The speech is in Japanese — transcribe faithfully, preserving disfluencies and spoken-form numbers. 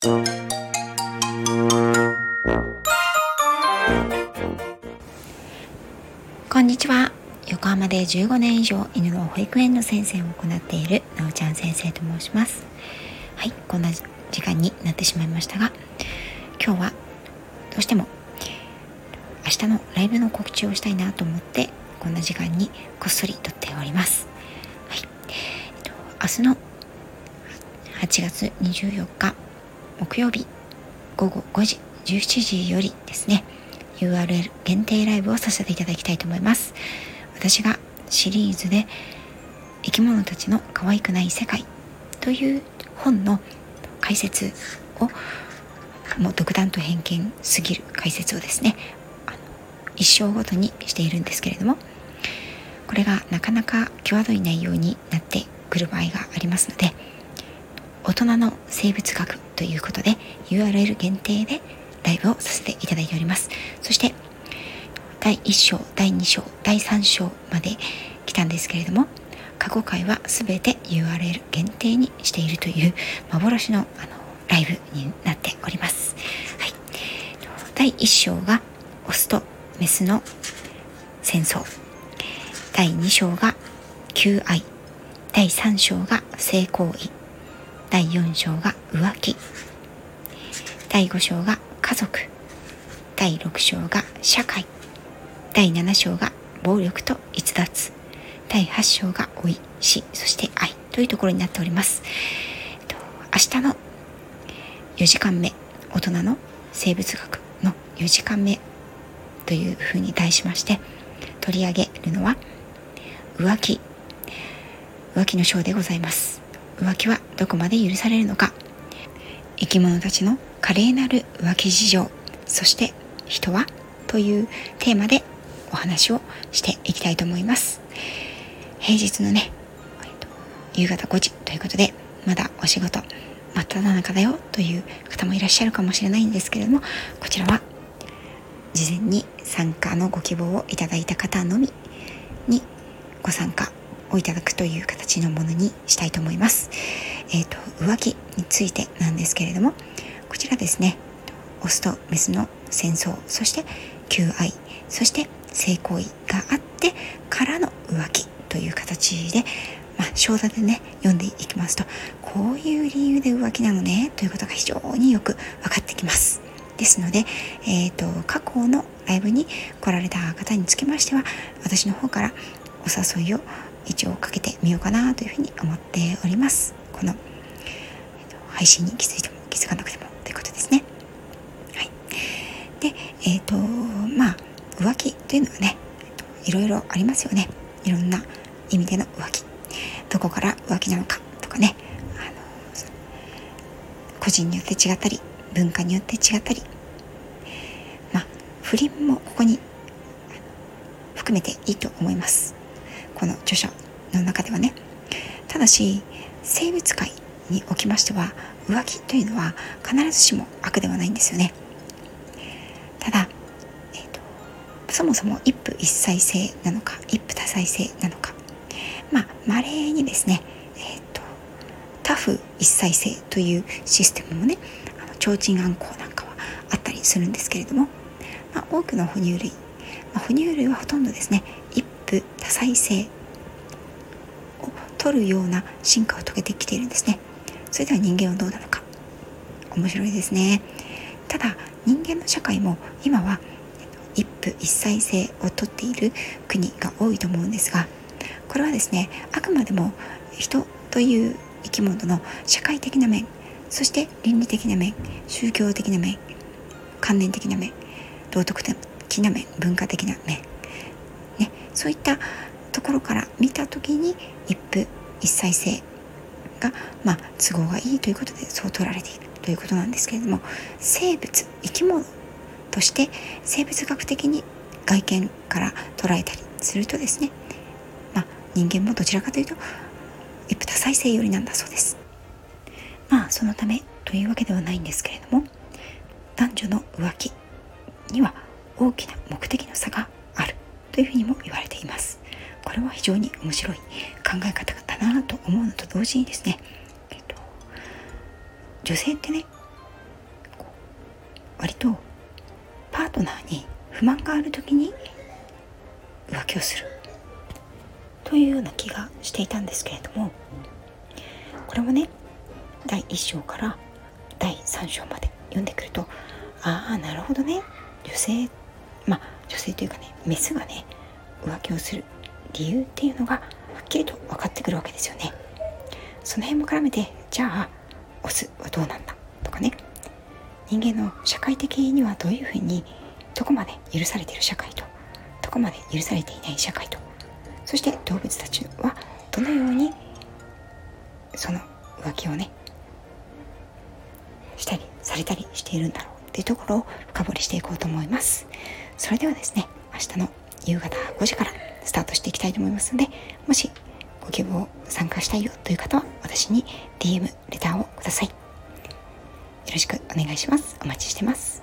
こんにちは。横浜でじゅうごねん以上犬の保育園の先生を行っているなおちゃん先生と申します。はい、こんな時間になってしまいましたが、今日はどうしても明日のライブの告知をしたいなと思ってこんな時間にこっそり撮っております。はい、えっと、明日のはちがつにじゅうよっか木曜日ごごごじじゅうしちじよりですね、 ユーアールエル 限定ライブをさせていただきたいと思います。私がシリーズで生き物たちの可愛くない世界という本の解説を、もう独断と偏見すぎる解説をですね、あの一章ごとにしているんですけれども、これがなかなか際どい内容になってくる場合がありますので、大人の生物学ということで ユーアールエル 限定でライブをさせていただいております。そしてだいいっ章、だいに章、だいさん章まで来たんですけれども、過去回はすべて ユーアールエル 限定にしているという幻の、あのライブになっております。はい、だいいっ章がオスとメスの戦争、だいに章が求愛、だいさん章が性行為、だいよん章が浮気、だいご章が家族、だいろく章が社会、だいなな章が暴力と逸脱、だいはち章が老い、死、そして愛というところになっております。明日のよじかんめ、大人の生物学のよじかんめというふうに題しまして取り上げるのは浮気浮気の章でございます。浮気はどこまで許されるのか、生き物たちの華麗なる浮気事情、そして人はというテーマでお話をしていきたいと思います。平日のね、夕方ごじということで、まだお仕事真っ只中だよという方もいらっしゃるかもしれないんですけれども、こちらは事前に参加のご希望をいただいた方のみにご参加をいただくという形のものにしたいと思います。えーと、浮気についてなんですけれども、こちらですね、オスとメスの戦争、そして求愛、そして性行為があってからの浮気という形で、まあ、章座でね読んでいきますと、こういう理由で浮気なのねということが非常によく分かってきます。ですので、えーと、過去のライブに来られた方につきましては、私の方からお誘いを一応かけてみようかなというふうに思っております。この、えーと、配信に気づいても気づかなくてもということですね。はい。で、えっとまあ浮気というのはね、いろいろありますよね。いろんな意味での浮気、どこから浮気なのかとかね、あの個人によって違ったり、文化によって違ったり、まあ不倫もここに含めていいと思います。この著者の中ではね。ただし生物界におきましては、浮気というのは必ずしも悪ではないんですよね。ただそもそも一夫一妻制なのか一夫多妻制なのか、まあ稀にですね、えー、と多夫一妻制というシステムもね、あの提灯暗号なんかはあったりするんですけれども、まあ、多くの哺乳類、まあ、哺乳類はほとんどですね、一夫多妻制を取るような進化を遂げてきているんですね。それでは人間はどうなのか、面白いですね。ただ人間の社会も今は一夫一妻制をとっている国が多いと思うんですが、これはですね、あくまでも人という生き物の社会的な面、そして倫理的な面、宗教的な面、観念的な面、道徳的な面、文化的な面、ね、そういったところから見たときに一夫一妻制が、まあ、都合がいいということでそう取られているということなんですけれども、生物、生き物として生物学的に外見から捉えたりするとですね、まあ、人間もどちらかというと一夫多妻制寄りなんだそうです。まあそのためというわけではないんですけれども、男女の浮気には大きな目的の差があるというふうにも言われています。これは非常に面白い考え方だなと思うのと同時にですね、えっと、女性ってね、 割とパートナーに不満がある時に浮気をするというような気がしていたんですけれども、これもねだいいっ章からだいさん章まで読んでくると、ああなるほどね、女性まあ女性というかねメスがね浮気をする理由っていうのがはっきりと分かってくるわけですよね。その辺も絡めて、じゃあオスはどうなんだとかね、人間の社会的にはどういうふうに、どこまで許されている社会とどこまで許されていない社会と、そして動物たちはどのようにその浮気をねしたりされたりしているんだろうっていうところを深掘りしていこうと思います。それではですね、明日の夕方ごじからスタートしていきたいと思いますので、もしご希望参加したいよという方は私に ディーエム レターをください。よろしくお願いします。お待ちしてます。